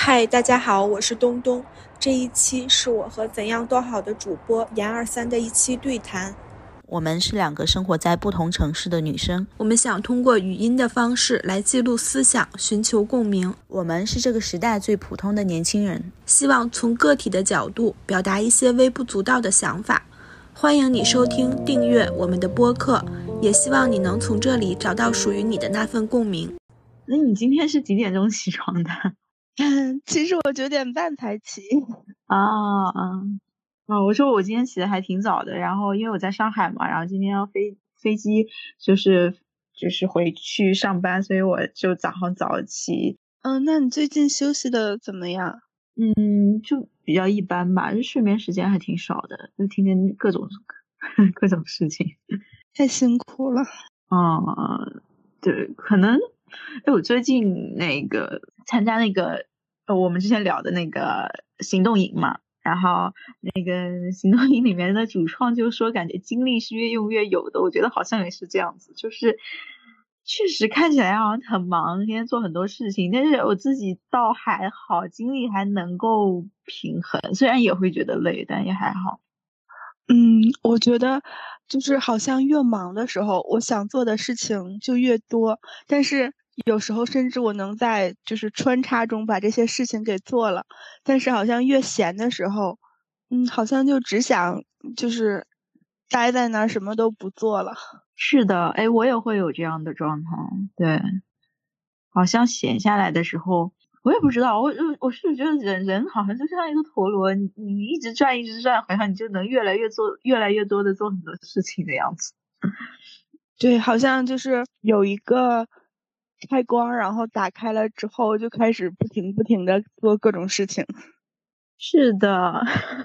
嗨，大家好，我是东东。这一期是我和怎样都好的主播严23的一期对谈。 我们是两个生活在不同城市的女生， 我们想通过语音的方式来记录思想，寻求共鸣。 我们是这个时代最普通的年轻人， 希望从个体的角度表达一些微不足道的想法。欢迎你收听、订阅我们的播客，也希望你能从这里找到属于你的那份共鸣。 那你今天是几点钟起床的？ 其实我9点半才起。 我说我今天起的还挺早的，然后因为我在上海嘛，然后今天要飞机就是回去上班，所以我就早上早起。 那你最近休息的怎么样？ 就比较一般吧，就睡眠时间还挺少的，就天天各种事情， 太辛苦了。 对，可能我最近那个参加那个我们之前聊的那个行动营嘛，然后那个行动营里面的主创就说感觉精力是越用越有的，我觉得好像也是这样子，就是确实看起来好像很忙，天天做很多事情，但是我自己倒还好，精力还能够平衡，虽然也会觉得累，但也还好。 我觉得就是好像越忙的时候，我想做的事情就越多，但是有时候甚至我能在就是穿插中把这些事情给做了，但是好像越闲的时候，好像就只想就是待在那儿什么都不做了。 是的，我也会有这样的状态，对，好像闲下来的时候，我也不知道，我是觉得人好像就像一个陀螺，你一直转一直转，好像你就能越来越多的做很多事情的样子。 对，好像就是有一个开关，然后打开了之后就开始不停的做各种事情。 是的，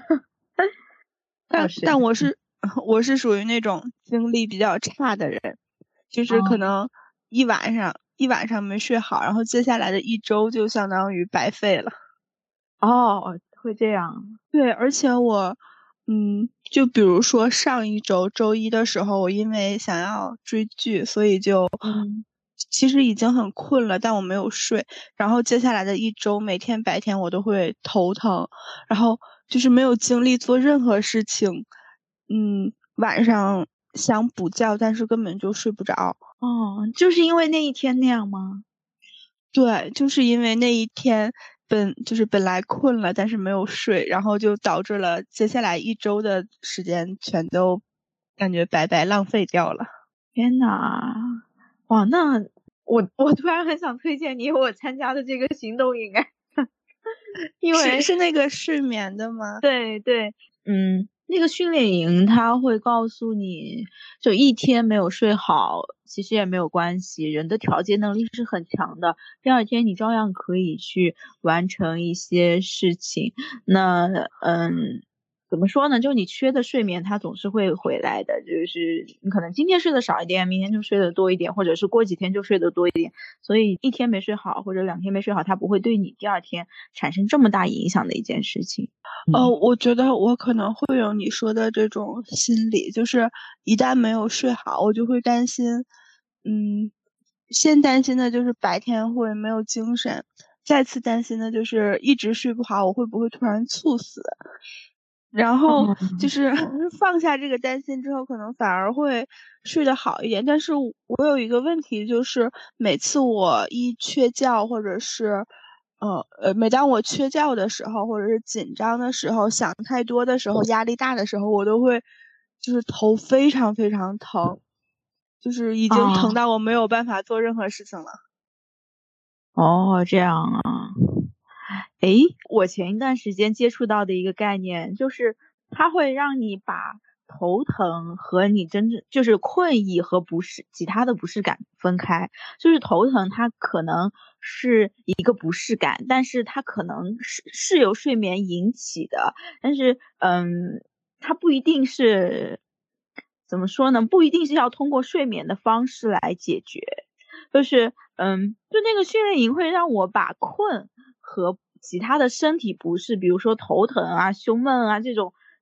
但我是属于那种精力比较差的人，就是可能一晚上没睡好，然后接下来的一周就相当于白费了。 会这样。 对，而且我就比如说上一周周一的时候，我因为想要追剧，所以就其实已经很困了，但我没有睡。然后接下来的一周，每天白天我都会头疼，然后就是没有精力做任何事情。晚上想补觉，但是根本就睡不着。 就是因为那一天那样吗？ 对，就是因为那一天本来困了，但是没有睡，然后就导致了接下来一周的时间全都感觉白白浪费掉了。 天哪，哇，那我突然很想推荐你我参加的这个行动营，因为是那个睡眠的吗？ 对，那个训练营他会告诉你，就一天没有睡好，其实也没有关系，人的调节能力是很强的，第二天你照样可以去完成一些事情。那怎么说呢？就你缺的睡眠，它总是会回来的。就是你可能今天睡得少一点，明天就睡得多一点，或者是过几天就睡得多一点。所以一天没睡好或者2天没睡好，它不会对你第二天产生这么大影响的一件事情。 我觉得我可能会有你说的这种心理，就是一旦没有睡好，我就会担心，先担心的就是白天会没有精神，再次担心的就是一直睡不好，我会不会突然猝死？然后就是放下这个担心之后，可能反而会睡得好一点。但是我有一个问题，就是每次我一缺觉，或者是每当我缺觉的时候，或者是紧张的时候，想太多的时候，压力大的时候，我都会就是头非常非常疼，就是已经疼到我没有办法做任何事情了。 这样啊。我前一段时间接触到的一个概念，就是它会让你把头疼和你真正就是困意和其他的不适感分开。就是头疼它可能是一个不适感，但是它可能是由睡眠引起的，但是它不一定是怎么说呢？不一定是要通过睡眠的方式来解决。就是就那个训练营会让我把困和其他的身体不适，比如说头疼啊、胸闷啊这种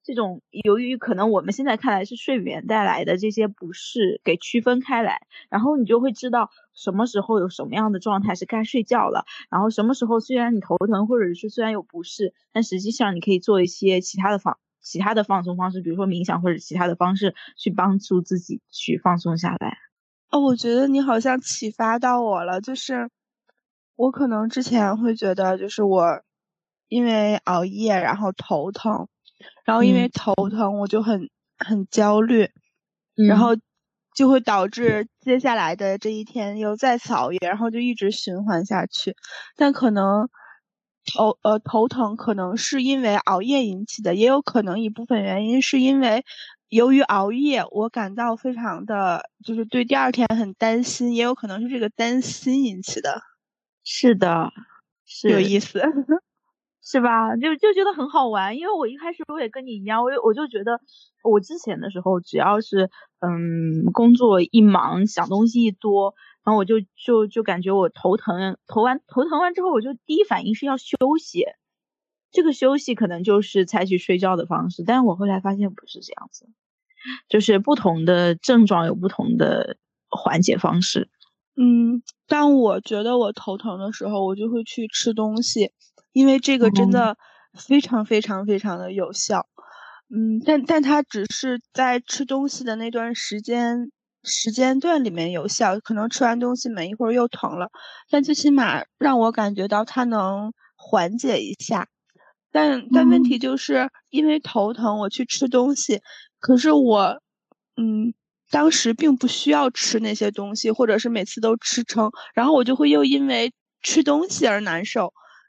这种由于可能我们现在看来是睡眠带来的这些不适给区分开来，然后你就会知道什么时候有什么样的状态是该睡觉了，然后什么时候虽然你头疼或者是虽然有不适，但实际上你可以做一些其他的放松方式，比如说冥想或者其他的方式去帮助自己去放松下来。 我觉得你好像启发到我了，就是我可能之前会觉得，就是我因为熬夜然后头疼，然后因为头疼我就很焦虑，然后就会导致接下来的这一天又再次熬夜，然后就一直循环下去。但可能头疼可能是因为熬夜引起的，也有可能一部分原因是因为由于熬夜我感到非常的就是对第二天很担心，也有可能是这个担心引起的。 是的，是有意思。 是吧？就觉得很好玩，因为我一开始我也跟你一样，我就觉得我之前的时候只要是工作一忙，想东西一多，然后我就感觉我头疼，头疼完之后，我就第一反应是要休息，这个休息可能就是采取睡觉的方式，但是我后来发现不是这样子，就是不同的症状有不同的缓解方式。 当我觉得我头疼的时候，我就会去吃东西，因为这个真的非常非常非常的有效。但它只是在吃东西的那段时间段里面有效，可能吃完东西没一会儿又疼了，但最起码让我感觉到它能缓解一下。但问题就是因为头疼我去吃东西，可是我当时并不需要吃那些东西，或者是每次都吃撑，然后我就会又因为吃东西而难受。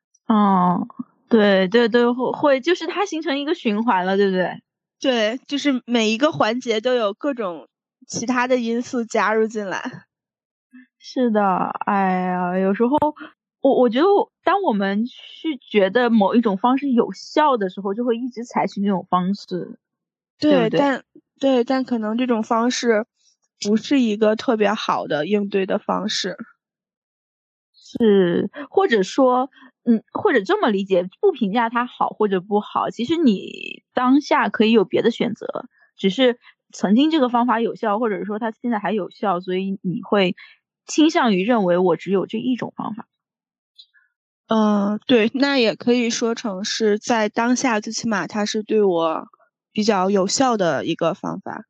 对，会，就是它形成一个循环了，对不对？ 对，就是每一个环节都有各种其他的因素加入进来。 是的，哎呀，有时候我觉得当我们去觉得某一种方式有效的时候，就会一直采取那种方式，对不对？ 但可能这种方式不是一个特别好的应对的方式。 是，或者说，或者这么理解，不评价它好或者不好，其实你当下可以有别的选择，只是曾经这个方法有效，或者说它现在还有效，所以你会倾向于认为我只有这一种方法。 对，那也可以说成是在当下，最起码它是对我比较有效的一个方法。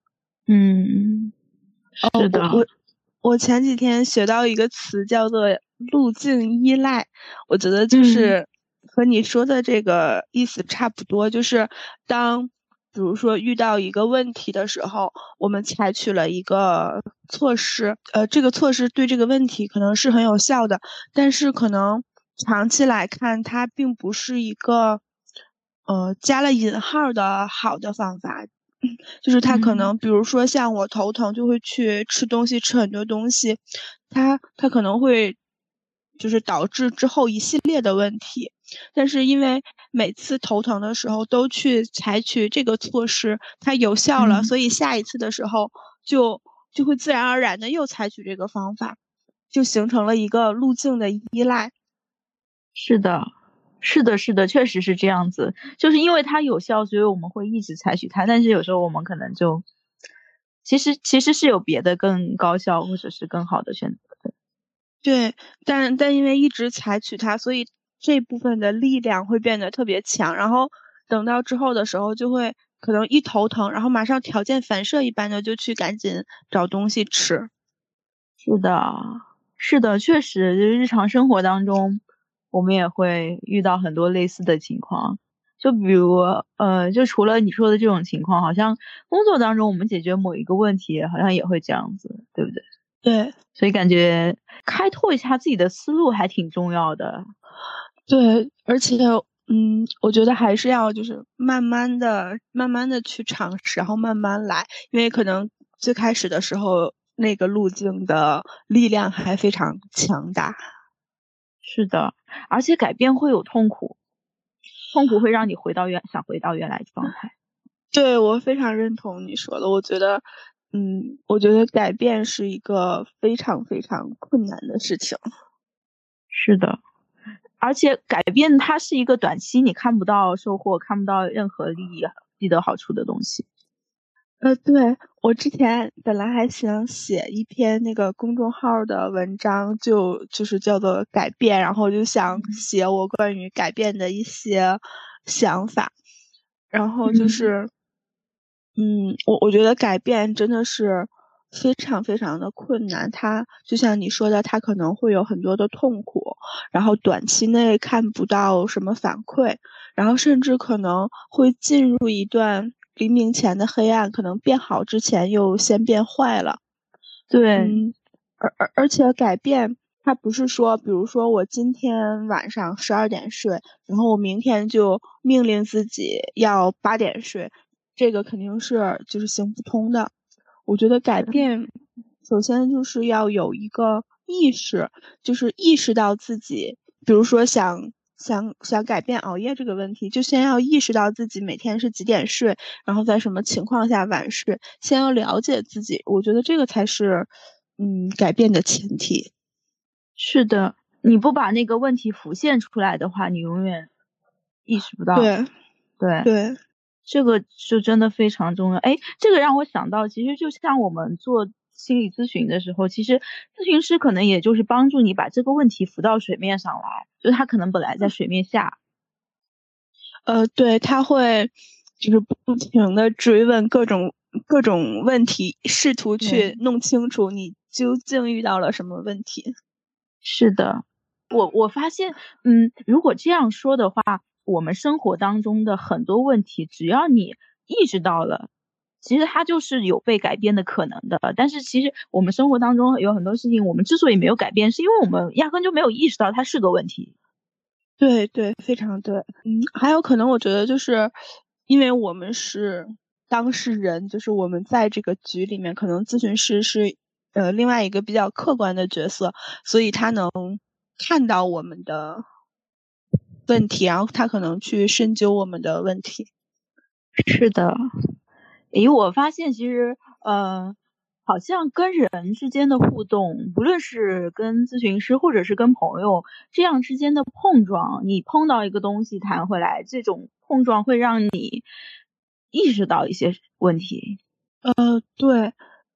是的。 我前几天学到一个词叫做路径依赖，我觉得就是和你说的这个意思差不多，就是比如说遇到一个问题的时候，我们采取了一个措施，这个措施对这个问题可能是很有效的，但是可能长期来看，它并不是一个加了引号的好的方法。就是它可能比如说像我头疼就会去吃东西，吃很多东西，它可能会就是导致之后一系列的问题。但是因为每次头疼的时候都去采取这个措施，它有效了，所以下一次的时候就会自然而然的又采取这个方法，就形成了一个路径的依赖。 是的，确实是这样子，就是因为它有效，所以我们会一直采取它，但是有时候我们可能就其实是有别的更高效或者是更好的选择的。 对，但因为一直采取它，所以这部分的力量会变得特别强，然后等到之后的时候就会可能一头疼，然后马上条件反射一般的就去赶紧找东西吃。 是的，确实就是日常生活当中我们也会遇到很多类似的情况，就比如就除了你说的这种情况，好像工作当中我们解决某一个问题好像也会这样子，对不对？ 对， 所以感觉开拓一下自己的思路还挺重要的。 对，而且我觉得还是要就是慢慢的去尝试，然后慢慢来，因为可能最开始的时候那个路径的力量还非常强大。 是的，而且改变会有痛苦会让你想回到原来状态。 对，我非常认同你说的，我觉得改变是一个非常非常困难的事情。 是的，而且改变它是一个短期你看不到收获，看不到任何利益积得好处的东西。 对，我之前本来还想写一篇那个公众号的文章，就是叫做改变，然后就想写我关于改变的一些想法，然后就是我觉得改变真的是非常非常的困难，它就像你说的，它可能会有很多的痛苦，然后短期内看不到什么反馈，然后甚至可能会进入一段黎明前的黑暗，可能变好之前又先变坏了。 对， 而且改变它不是说，比如说我今天晚上12点睡，然后我明天就命令自己要8点睡，这个肯定是就是行不通的。我觉得改变首先就是要有一个意识，就是意识到自己，比如说想改变熬夜这个问题，就先要意识到自己每天是几点睡，然后在什么情况下晚睡，先要了解自己，我觉得这个才是改变的前提。 是的，你不把那个问题浮现出来的话，你永远意识不到。 对， 这个就真的非常重要。哎，这个让我想到，其实就像我们做心理咨询的时候，其实咨询师可能也就是帮助你把这个问题浮到水面上来，就他可能本来在水面下。 对，他会就是不停的追问各种问题，试图去弄清楚你究竟遇到了什么问题。 是的，我发现，如果这样说的话，我们生活当中的很多问题，只要你意识到了，其实它就是有被改变的可能的。但是其实我们生活当中有很多事情，我们之所以没有改变，是因为我们压根就没有意识到它是个问题。 对，非常对。还有可能我觉得就是因为我们是当事人，就是我们在这个局里面，可能咨询师是另外一个比较客观的角色，所以他能看到我们的问题，然后他可能去深究我们的问题。 是的，我发现其实好像跟人之间的互动，不论是跟咨询师或者是跟朋友这样之间的碰撞，你碰到一个东西弹回来，这种碰撞会让你意识到一些问题。 对，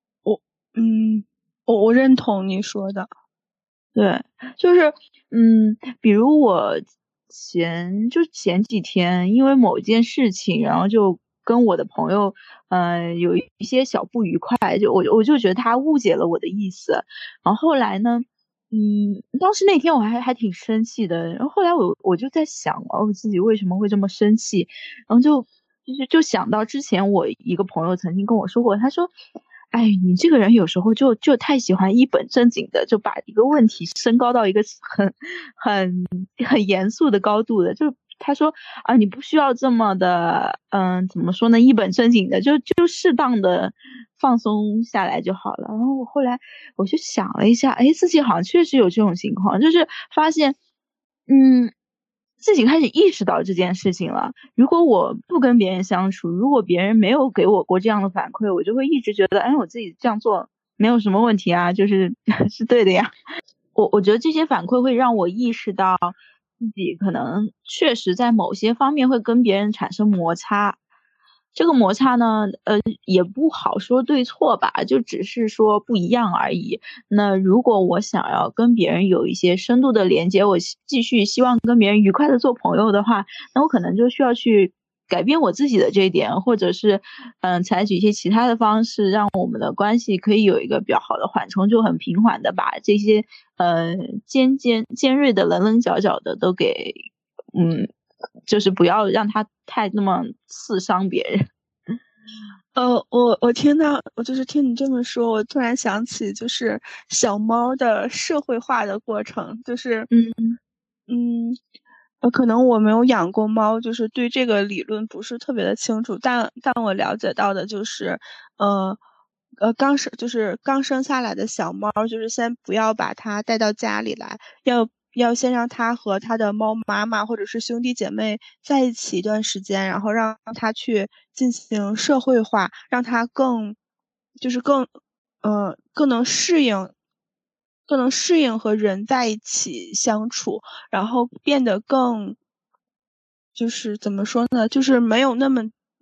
我认同你说的。 对，就是比如我前几天因为某一件事情，然后就跟我的朋友有一些小不愉快，我就觉得他误解了我的意思，然后后来呢，当时那天我还挺生气的，然后后来我就在想，我自己为什么会这么生气，然后就想到之前我一个朋友曾经跟我说过，他说，哎，你这个人有时候就太喜欢一本正经的，就把一个问题升高到一个很严肃的高度的。就他说啊，你不需要这么的，怎么说呢，一本正经的，就适当的放松下来就好了。然后后来我就想了一下，哎，自己好像确实有这种情况，就是发现，自己开始意识到这件事情了。如果我不跟别人相处，如果别人没有给我过这样的反馈，我就会一直觉得，哎，我自己这样做没有什么问题啊，就是是对的呀。我觉得这些反馈会让我意识到自己可能确实在某些方面会跟别人产生摩擦。这个摩擦呢，也不好说对错吧，就只是说不一样而已。那如果我想要跟别人有一些深度的连接，我继续希望跟别人愉快的做朋友的话，那我可能就需要去改变我自己的这一点，或者是采取一些其他的方式，让我们的关系可以有一个比较好的缓冲，就很平缓的把这些尖锐的棱棱角角的都给就是不要让它太那么刺伤别人。 我听到，我就是听你这么说，我突然想起就是小猫的社会化的过程，就是可能我没有养过猫，就是对这个理论不是特别的清楚，但我了解到的就是，刚生下来的小猫，就是先不要把它带到家里来，要先让它和它的猫妈妈或者是兄弟姐妹在一起一段时间，然后让它去进行社会化，让它更能适应。更能适应和人在一起相处，然后变得更，就是怎么说呢，就是没有那么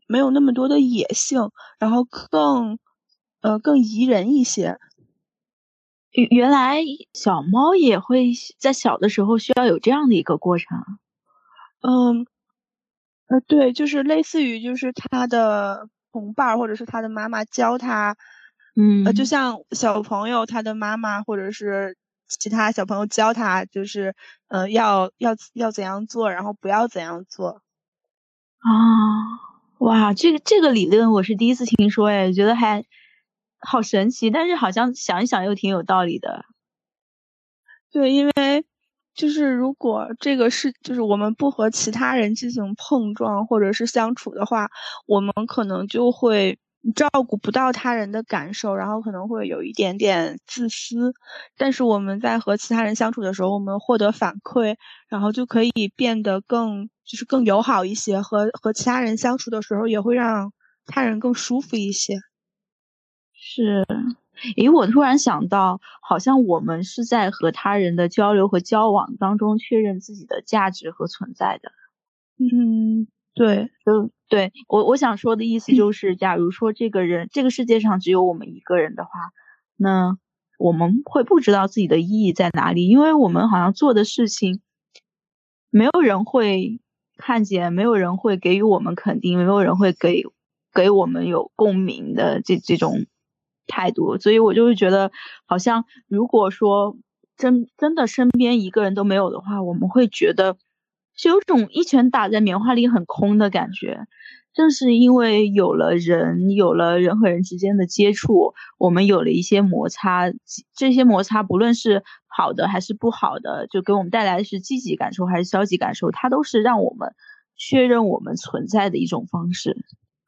没有那么多的野性，然后更宜人一些。 原来小猫也会在小的时候需要有这样的一个过程。 嗯，对，就是类似于就是它的同伴或者是它的妈妈教它，就像小朋友他的妈妈或者是其他小朋友教他，就是要怎样做，然后不要怎样做。 啊，哇，这个理论我是第一次听说，哎，觉得还好神奇，但是好像想一想又挺有道理的。 对，因为就是如果这个是就是我们不和其他人进行碰撞或者是相处的话，我们可能就会照顾不到他人的感受，然后可能会有一点点自私。但是我们在和其他人相处的时候，我们获得反馈，然后就可以变得更友好一些，和其他人相处的时候也会让他人更舒服一些。 是，诶，我突然想到，好像我们是在和他人的交流和交往当中确认自己的价值和存在的。 对， 对，我想说的意思就是，假如说这个世界上只有我们一个人的话，那我们会不知道自己的意义在哪里，因为我们好像做的事情，没有人会看见，没有人会给予我们肯定，没有人会给我们有共鸣的这种态度，所以我就会觉得，好像如果说真的身边一个人都没有的话，我们会觉得是有种一拳打在棉花里很空的感觉。正是因为有了人和人之间的接触，我们有了一些摩擦，这些摩擦不论是好的还是不好的，就给我们带来的是积极感受还是消极感受，它都是让我们确认我们存在的一种方式。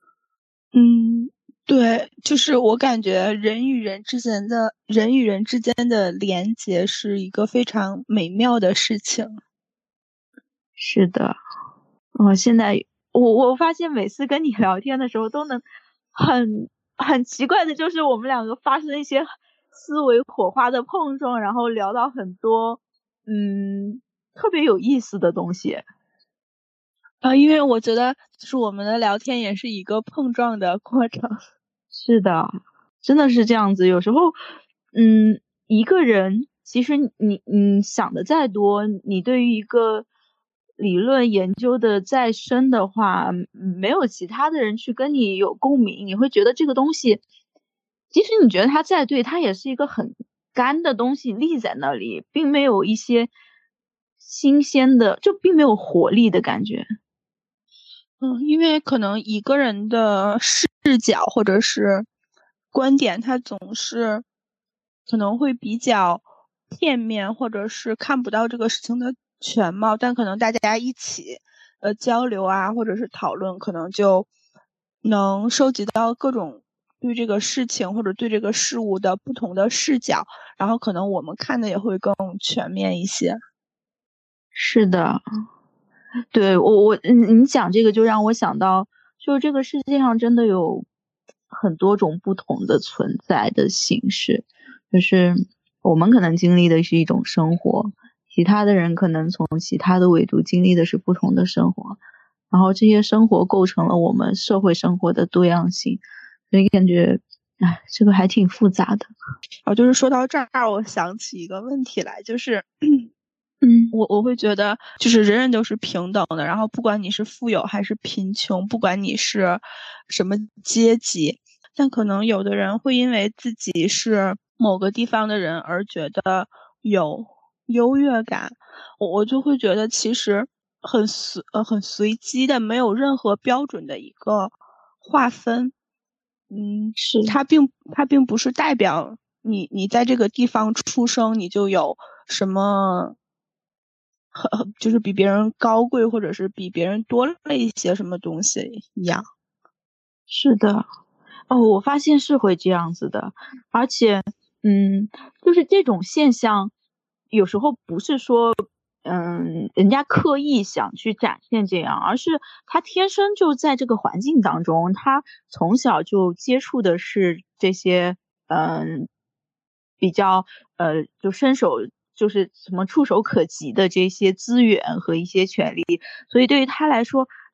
对，就是我感觉人与人之间的连接是一个非常美妙的事情。 是的，现在我发现每次跟你聊天的时候，都能很奇怪的，就是我们两个发生一些思维火花的碰撞，然后聊到很多特别有意思的东西。 因为我觉得就是我们的聊天也是一个碰撞的过程。 是的，真的是这样子。有时候，一个人其实你想的再多，你对于一个理论研究的再深的话，没有其他的人去跟你有共鸣，你会觉得这个东西，即使你觉得它再对，它也是一个很干的东西立在那里，并没有一些新鲜的，就并没有活力的感觉。 因为可能一个人的视角或者是观点，他总是可能会比较片面，或者是看不到这个事情的全貌，但可能大家一起交流啊，或者是讨论，可能就能收集到各种对这个事情或者对这个事物的不同的视角，然后可能我们看的也会更全面一些。 是的。对，你讲这个就让我想到，就这个世界上真的有很多种不同的存在的形式，就是我们可能经历的是一种生活，其他的人可能从其他的维度经历的是不同的生活，然后这些生活构成了我们社会生活的多样性，所以感觉，这个还挺复杂的。 就是说到这儿，我想起一个问题来，就是我会觉得，就是人人都是平等的，然后不管你是富有还是贫穷，不管你是什么阶级，但可能有的人会因为自己是某个地方的人而觉得有优越感，我就会觉得其实很随机的，没有任何标准的一个划分。 是它并不是代表你在这个地方出生，你就有什么就是比别人高贵，或者是比别人多了一些什么东西一样。 是的，我发现是会这样子的，而且，就是这种现象，有时候不是说，人家刻意想去展现这样，而是他天生就在这个环境当中，他从小就接触的是这些，比较，就伸手就是什么触手可及的这些资源和一些权利，所以对于他来说，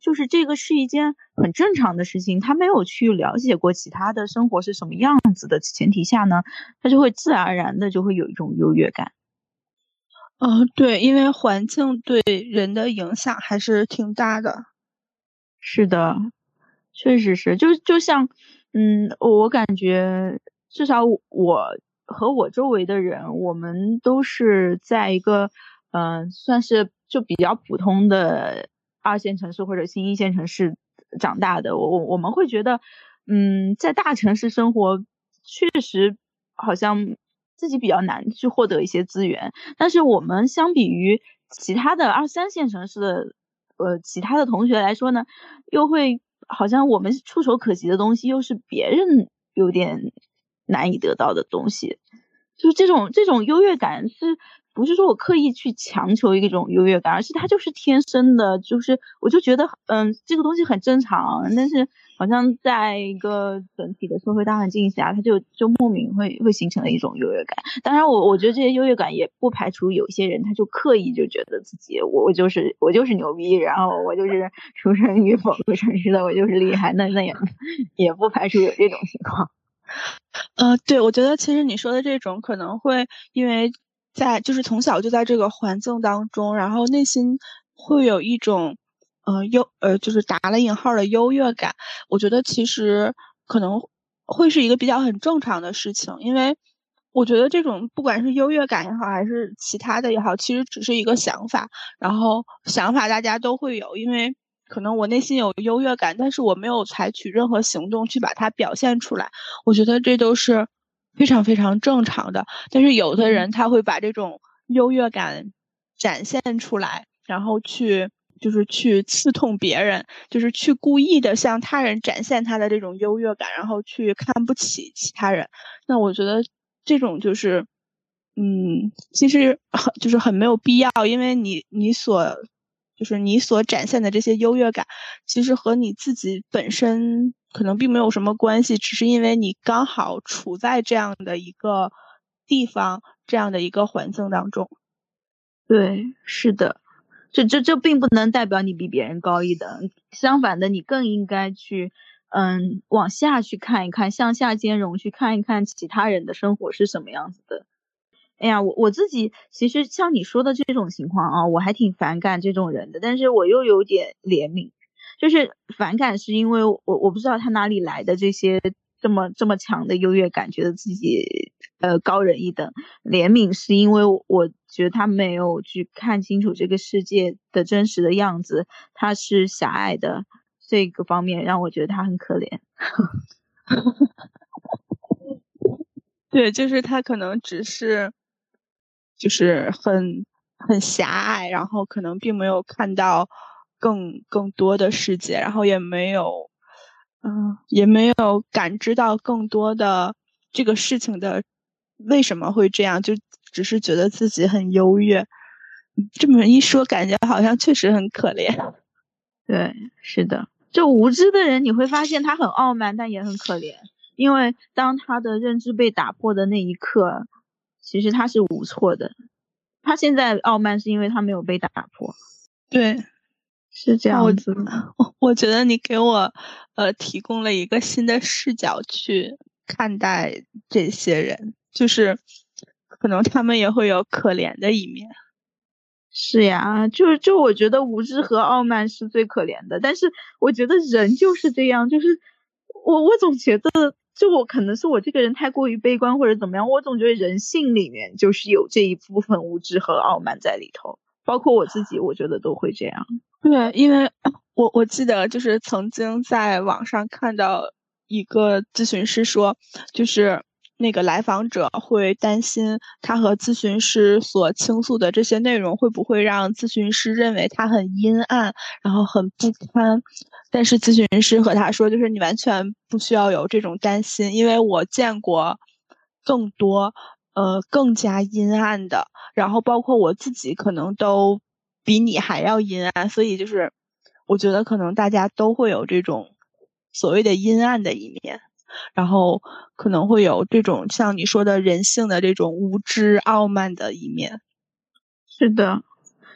就是这个是一件很正常的事情，他没有去了解过其他的生活是什么样子的前提下呢，他就会自然而然的就会有一种优越感。 对，因为环境对人的影响还是挺大的。 是的，确实是，就像，我感觉至少我和我周围的人，我们都是在一个，算是就比较普通的二线城市或者新一线城市长大的。我们会觉得，在大城市生活确实好像自己比较难去获得一些资源，但是我们相比于其他的二三线城市的其他的同学来说呢，又会好像我们触手可及的东西又是别人有点难以得到的东西，就是这种优越感是不是说我刻意去强求一种优越感，而是它就是天生的，就是我就觉得这个东西很正常，但是好像在一个整体的社会大环境下，它就莫名会形成了一种优越感。当然我觉得这些优越感也不排除有些人他就刻意就觉得自己我就是牛逼，然后我就是出生于某个城市的，我就是厉害，那也不排除有这种情况。 对，我觉得其实你说的这种可能会因为就是从小就在这个环境当中，然后内心会有一种就是打了引号的优越感。我觉得其实可能会是一个比较很正常的事情，因为我觉得这种不管是优越感也好，还是其他的也好，其实只是一个想法，然后想法大家都会有，因为可能我内心有优越感，但是我没有采取任何行动去把它表现出来，我觉得这都是非常非常正常的。但是有的人他会把这种优越感展现出来，然后去刺痛别人，就是去故意的向他人展现他的这种优越感，然后去看不起其他人。那我觉得这种就是其实就是很没有必要，因为你所展现的这些优越感，其实和你自己本身可能并没有什么关系，只是因为你刚好处在这样的一个地方，这样的一个环境当中。 对，是的，这并不能代表你比别人高一等，相反的，你更应该去往下去看一看，向下兼容，去看一看其他人的生活是什么样子的。哎呀，我自己其实像你说的这种情况啊，我还挺反感这种人的，但是我又有点怜悯。就是反感是因为我不知道他哪里来的这些这么强的优越感，觉得自己高人一等。怜悯是因为我觉得他没有去看清楚这个世界的真实的样子，他是狭隘的，这个方面让我觉得他很可怜。 对，就是他可能只是就是很狭隘，然后可能并没有看到更多的世界，然后也没有感知到更多的这个事情的为什么会这样，就只是觉得自己很优越。这么一说，感觉好像确实很可怜。 对，是的，就无知的人你会发现他很傲慢，但也很可怜，因为当他的认知被打破的那一刻，其实他是无措的。他现在傲慢是因为他没有被打破。 对， 是这样子。 我觉得你给我提供了一个新的视角去看待这些人，就是可能他们也会有可怜的一面。 是呀，就我觉得无知和傲慢是最可怜的，但是我觉得人就是这样，就是我总觉得，就我可能是我这个人太过于悲观或者怎么样，我总觉得人性里面就是有这一部分无知和傲慢在里头，包括我自己，我觉得都会这样。 对，因为我记得就是曾经在网上看到一个咨询师说，就是那个来访者会担心他和咨询师所倾诉的这些内容会不会让咨询师认为他很阴暗，然后很不堪。但是咨询师和他说，就是你完全不需要有这种担心，因为我见过更多更加阴暗的，然后包括我自己可能都比你还要阴暗，所以就是我觉得可能大家都会有这种所谓的阴暗的一面，然后可能会有这种像你说的人性的这种无知傲慢的一面。 是的，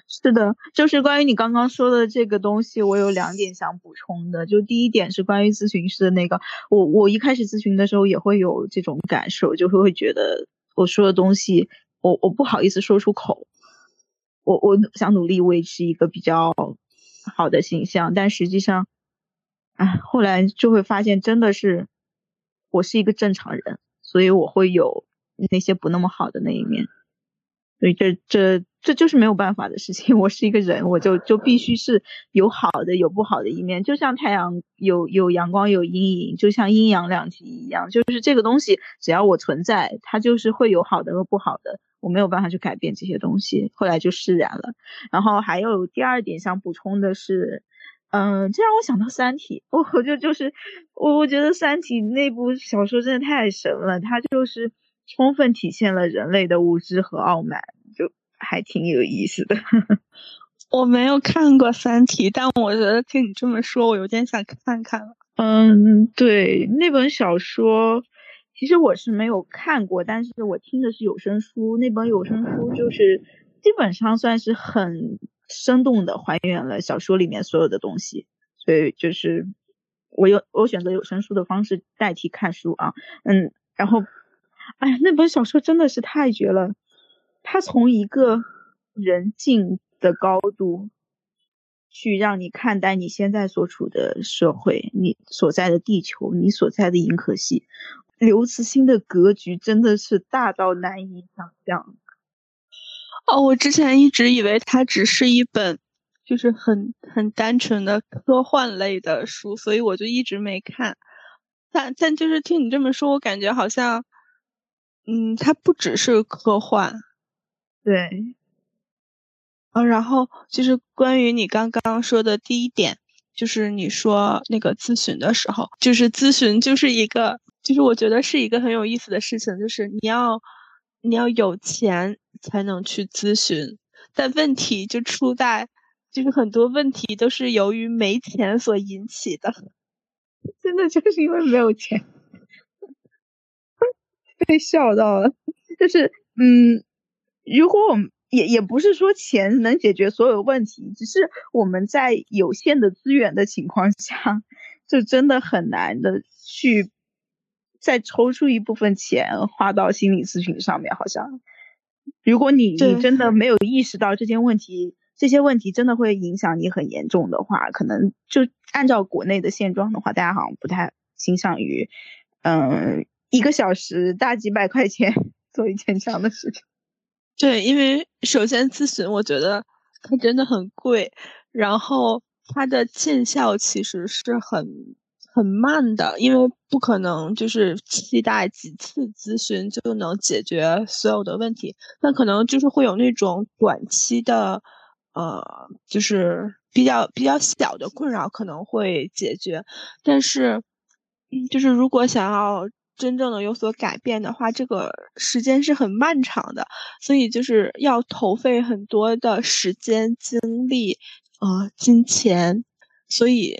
是的，就是关于你刚刚说的这个东西，我有2点想补充的。就第一点是关于咨询师的那个，我一开始咨询的时候也会有这种感受，就会觉得我说的东西，我不好意思说出口，我想努力维持一个比较好的形象，但实际上，后来就会发现真的是我是一个正常人，所以我会有那些不那么好的那一面。所以这就是没有办法的事情。我是一个人，我就必须是有好的有不好的一面，就像太阳有阳光有阴影，就像阴阳两极一样，就是这个东西只要我存在，它就是会有好的和不好的，我没有办法去改变这些东西。后来就释然了。然后还有第2点想补充的是，这让我想到《三体》，我觉得《三体》那部小说真的太神了，它就是充分体现了人类的无知和傲慢，就还挺有意思的。 我没有看过《三体》，但我觉得听你这么说，我有点想看看了。 对，那本小说其实我是没有看过，但是我听的是有声书，那本有声书就是基本上算是很生动的还原了小说里面所有的东西，所以就是我选择有声书的方式代替看书啊。然后那本小说真的是太绝了，它从一个人境的高度去让你看待你现在所处的社会，你所在的地球，你所在的银河系。刘慈欣的格局真的是大到难以想象。 我之前一直以为它只是一本就是很单纯的科幻类的书，所以我就一直没看。但就是听你这么说，我感觉好像它不只是科幻。 对。 然后就是关于你刚刚说的第一点，就是你说那个咨询的时候，就是咨询就是一个，就是我觉得是一个很有意思的事情，就是你要有钱才能去咨询，但问题就出在，就是很多问题都是由于没钱所引起的， 真的就是因为没有钱，被笑到了。就是如果我们也不是说钱能解决所有问题，只是我们在有限的资源的情况下，就真的很难的去再抽出一部分钱花到心理咨询上面。好像如果你真的没有意识到这些问题真的会影响你很严重的话，可能就按照国内的现状的话，大家好像不太倾向于1个小时大几百块钱做一件这样的事情。 对，因为首先咨询我觉得它真的很贵，然后它的见效其实是很慢的，因为不可能就是期待几次咨询就能解决所有的问题，但可能就是会有那种短期的就是比较小的困扰可能会解决，但是就是如果想要真正的有所改变的话，这个时间是很漫长的，所以就是要投费很多的时间、精力、金钱，所以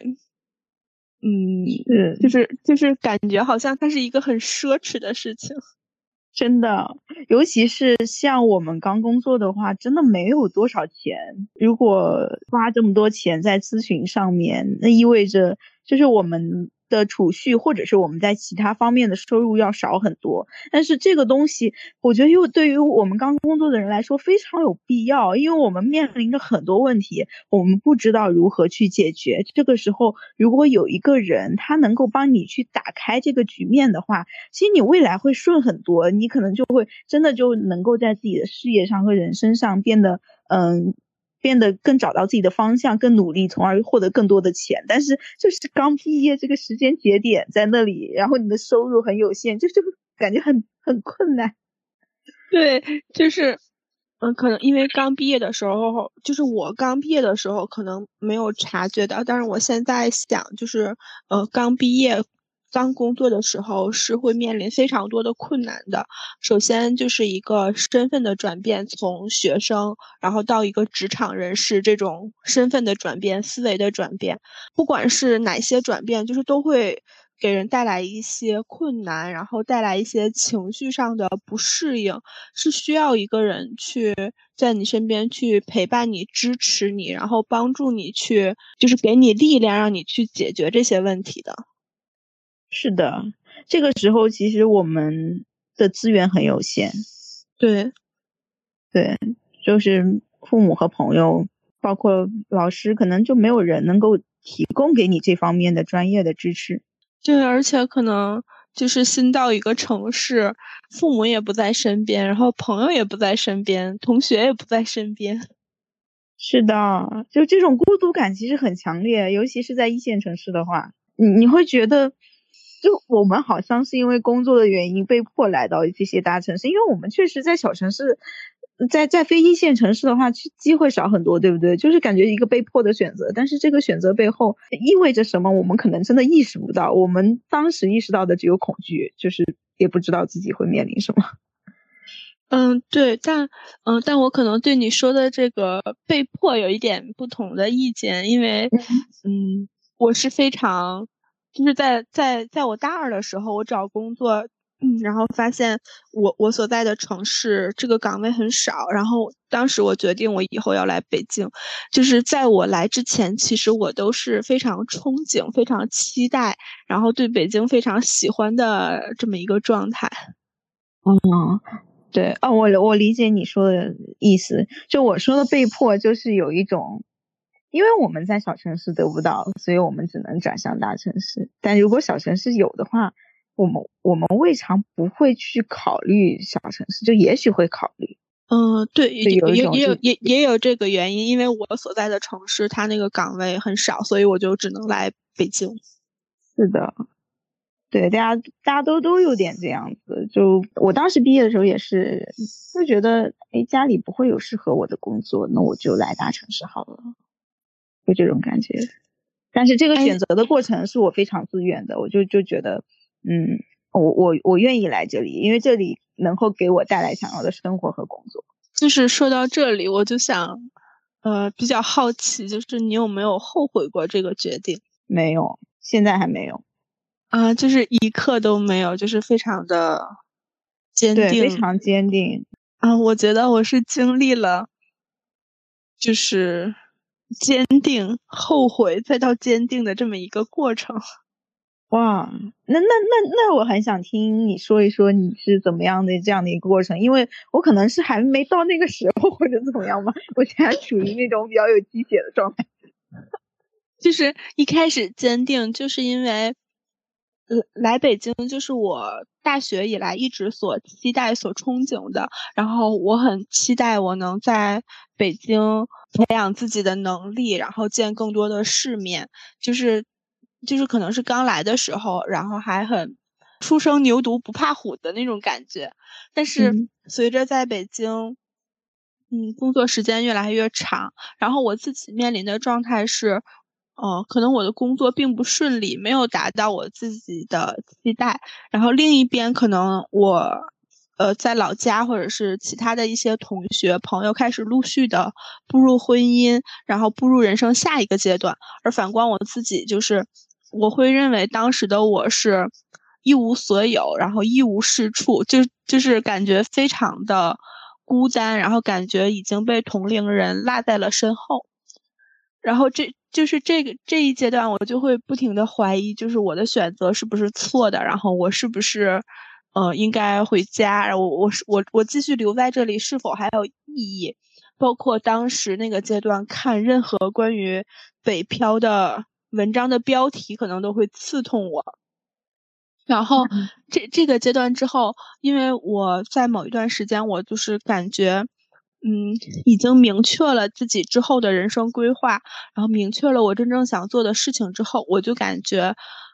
就是感觉好像它是一个很奢侈的事情。 真的，尤其是像我们刚工作的话，真的没有多少钱。如果花这么多钱在咨询上面，那意味着就是我们的储蓄或者是我们在其他方面的收入要少很多。但是这个东西，我觉得又对于我们刚工作的人来说非常有必要，因为我们面临着很多问题，我们不知道如何去解决。这个时候，如果有一个人他能够帮你去打开这个局面的话，其实你未来会顺很多，你可能就会真的就能够在自己的事业上和人生上变得更找到自己的方向，更努力，从而获得更多的钱。但是就是刚毕业这个时间节点在那里，然后你的收入很有限，就感觉很困难。 对，就是可能因为刚毕业的时候，就是我刚毕业的时候可能没有察觉到，但是我现在想就是刚毕业刚工作的时候是会面临非常多的困难的。首先就是一个身份的转变，从学生然后到一个职场人士，这种身份的转变、思维的转变，不管是哪些转变，就是都会给人带来一些困难，然后带来一些情绪上的不适应，是需要一个人去在你身边去陪伴你、支持你，然后帮助你去，就是给你力量，让你去解决这些问题的。 是的，这个时候其实我们的资源很有限。 对， 就是父母和朋友，包括老师，可能就没有人能够提供给你这方面的专业的支持。 对，而且可能就是新到一个城市，父母也不在身边，然后朋友也不在身边，同学也不在身边。 是的，就这种孤独感其实很强烈，尤其是在一线城市的话，你会觉得，就我们好像是因为工作的原因被迫来到这些大城市，因为我们确实在小城市，在非一线城市的话，机会少很多，对不对？就是感觉一个被迫的选择，但是这个选择背后意味着什么，我们可能真的意识不到。我们当时意识到的只有恐惧，就是也不知道自己会面临什么。 对，但我可能对你说的这个被迫有一点不同的意见，因为我是非常就是在我大二的时候，我找工作，然后发现我所在的城市这个岗位很少，然后当时我决定我以后要来北京。就是在我来之前，其实我都是非常憧憬、非常期待，然后对北京非常喜欢的这么一个状态。 对，我理解你说的意思。就我说的被迫，就是有一种，因为我们在小城市得不到，所以我们只能转向大城市。但如果小城市有的话，我们未尝不会去考虑小城市，就也许会考虑。 对，也有这个原因，因为我所在的城市它那个岗位很少，所以我就只能来北京。 是的。对，大家都有点这样子。就我当时毕业的时候也是，就觉得家里不会有适合我的工作，那我就来大城市好了，有这种感觉。但是这个选择的过程是我非常自愿的，我就觉得，我愿意来这里，因为这里能够给我带来想要的生活和工作。 就是说到这里，我就想，比较好奇，就是你有没有后悔过这个决定？ 没有，现在还没有。 就是一刻都没有，就是非常的坚定。 对，非常坚定。 我觉得我是经历了，就是坚定、后悔再到坚定的这么一个过程。 哇，那我很想听你说一说你是怎么样的这样的一个过程，因为我可能是还没到那个时候或者怎么样吧，我现在处于那种比较有鸡血的状态。 就是一开始坚定，就是因为来北京就是我大学以来一直所期待、所憧憬的，然后我很期待我能在北京培养自己的能力，然后见更多的世面。就是可能是刚来的时候，然后还很初生牛犊不怕虎的那种感觉。但是随着在北京工作时间越来越长，然后我自己面临的状态是可能我的工作并不顺利，没有达到我自己的期待。然后另一边可能我在老家或者是其他的一些同学朋友开始陆续的步入婚姻，然后步入人生下一个阶段。而反观我自己，就是我会认为当时的我是一无所有，然后一无是处，就是感觉非常的孤单，然后感觉已经被同龄人落在了身后。然后这一阶段，我就会不停的怀疑，就是我的选择是不是错的，然后我是不是应该回家，然后我继续留在这里是否还有意义？包括当时那个阶段看任何关于北漂的文章的标题，可能都会刺痛我。然后这个阶段之后，因为我在某一段时间，我就是感觉已经明确了自己之后的人生规划，然后明确了我真正想做的事情之后，我就感觉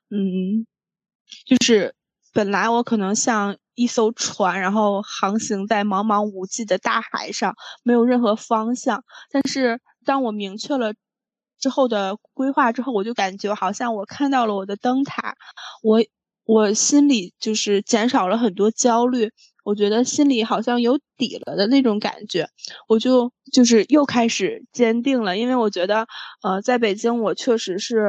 就是本来我可能像一艘船，然后航行在茫茫无际的大海上，没有任何方向。但是当我明确了之后的规划之后，我就感觉好像我看到了我的灯塔，我心里就是减少了很多焦虑，我觉得心里好像有底了的那种感觉。我就是又开始坚定了，因为我觉得在北京我确实是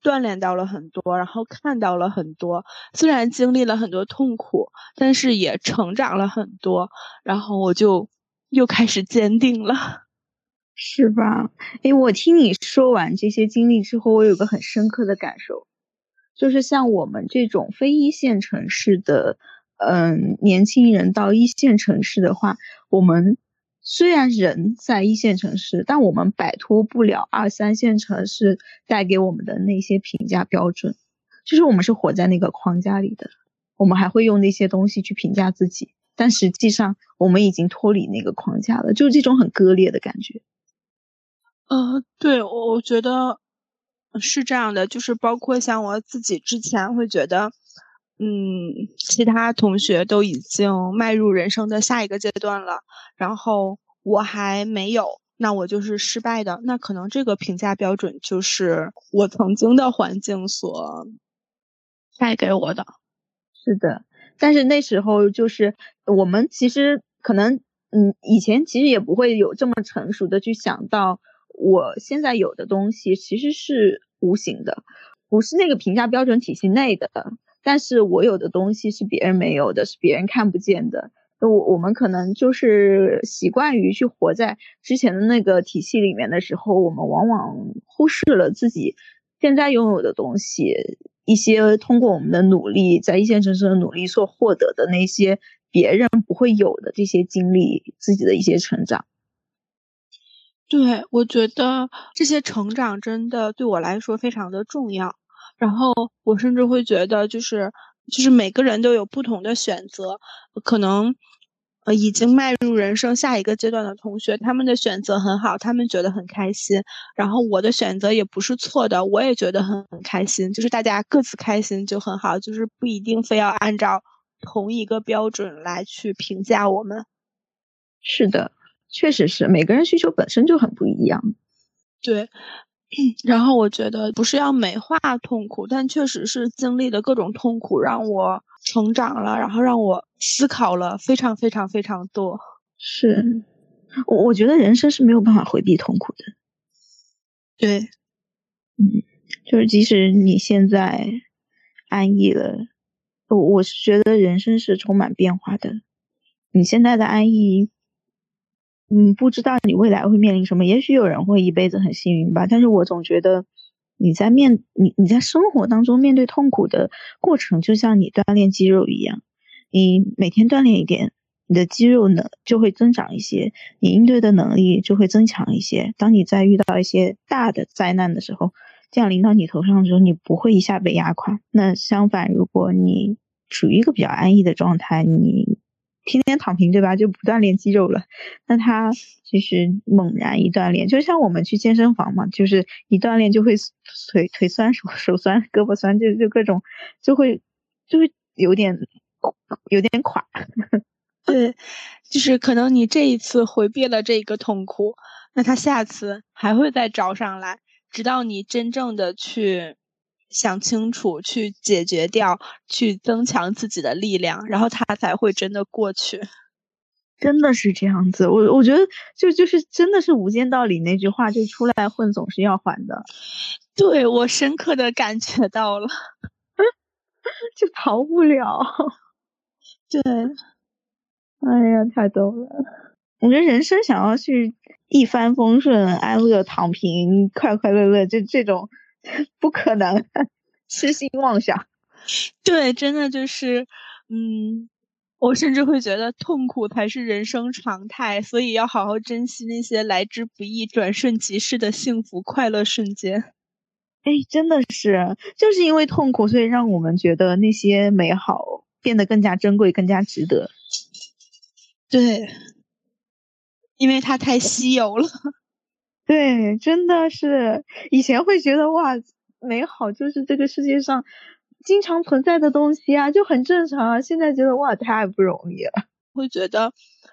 锻炼到了很多，然后看到了很多，虽然经历了很多痛苦，但是也成长了很多，然后我就又开始坚定了。 是吧？诶，我听你说完这些经历之后，我有个很深刻的感受，就是像我们这种非一线城市的，年轻人到一线城市的话，我们虽然人在一线城市，但我们摆脱不了二三线城市带给我们的那些评价标准，就是我们是活在那个框架里的，我们还会用那些东西去评价自己，但实际上我们已经脱离那个框架了，就是这种很割裂的感觉。 对，我觉得是这样的，就是包括像我自己之前会觉得，其他同学都已经迈入人生的下一个阶段了，然后我还没有，那我就是失败的。那可能这个评价标准就是我曾经的环境所带给我的。 是的，但是那时候就是我们其实可能，以前其实也不会有这么成熟的去想到，我现在有的东西其实是无形的，不是那个评价标准体系内的，但是我有的东西是别人没有的，是别人看不见的。我们可能就是习惯于去活在之前的那个体系里面的时候，我们往往忽视了自己现在拥有的东西，一些通过我们的努力，在一线城市的努力所获得的那些别人不会有的这些经历，自己的一些成长。 对，我觉得这些成长真的对我来说非常的重要。然后我甚至会觉得，就是每个人都有不同的选择，可能已经迈入人生下一个阶段的同学，他们的选择很好，他们觉得很开心。然后我的选择也不是错的，我也觉得很开心。就是大家各自开心就很好，就是不一定非要按照同一个标准来去评价我们。 是的，确实是每个人需求本身就很不一样。 对，然后我觉得不是要美化痛苦，但确实是经历的各种痛苦让我成长了，然后让我思考了非常非常非常多。 是，我觉得人生是没有办法回避痛苦的。 对， 就是即使你现在安逸了，我是觉得人生是充满变化的。你现在的安逸，不知道你未来会面临什么，也许有人会一辈子很幸运吧，但是我总觉得你在生活当中面对痛苦的过程，就像你锻炼肌肉一样，你每天锻炼一点，你的肌肉呢就会增长一些，你应对的能力就会增强一些。当你在遇到一些大的灾难的时候，降临到你头上的时候，你不会一下被压垮。那相反，如果你处于一个比较安逸的状态，你天天躺平，对吧？就不锻炼肌肉了。那他其实猛然一锻炼，就像我们去健身房嘛，就是一锻炼就会腿酸、手酸、胳膊酸，就各种就会有点垮。 对，就是可能你这一次回避了这个痛苦，那他下次还会再找上来，直到你真正的去想清楚，去解决掉，去增强自己的力量，然后他才会真的过去。 真的是这样子，我觉得就是真的是无间道里那句话，就出来混总是要还的。 对，我深刻的感觉到了， 就逃不了。 对， 哎呀，太逗了！我觉得人生想要去一帆风顺、安乐躺平、快快乐乐，这种不可能，痴心妄想。 对，真的就是，我甚至会觉得痛苦才是人生常态，所以要好好珍惜那些来之不易、转瞬即逝的幸福快乐瞬间。 哎，真的是，就是因为痛苦，所以让我们觉得那些美好变得更加珍贵、更加值得。 对，因为它太稀有了。 对，真的是，以前会觉得哇，美好就是这个世界上经常存在的东西啊，就很正常啊。现在觉得哇，太不容易了。 会觉得，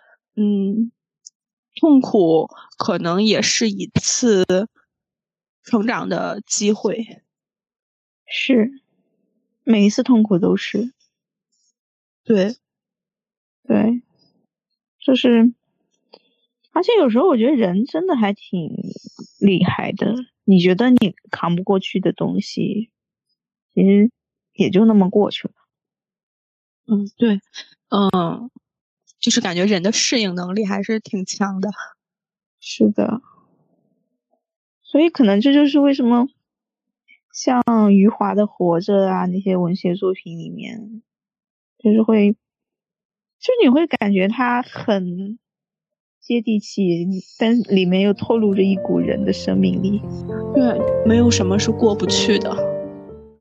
痛苦可能也是一次成长的机会。 是，每一次痛苦都是。 对， 对，就是，而且有时候我觉得人真的还挺厉害的， 你觉得你扛不过去的东西，其实也就那么过去了。 对，就是感觉人的适应能力还是挺强的。 是的，所以可能这就是为什么像余华的《活着》啊那些文学作品里面，就是你会感觉它很接地气，但里面又透露着一股人的生命力。 对，没有什么是过不去的。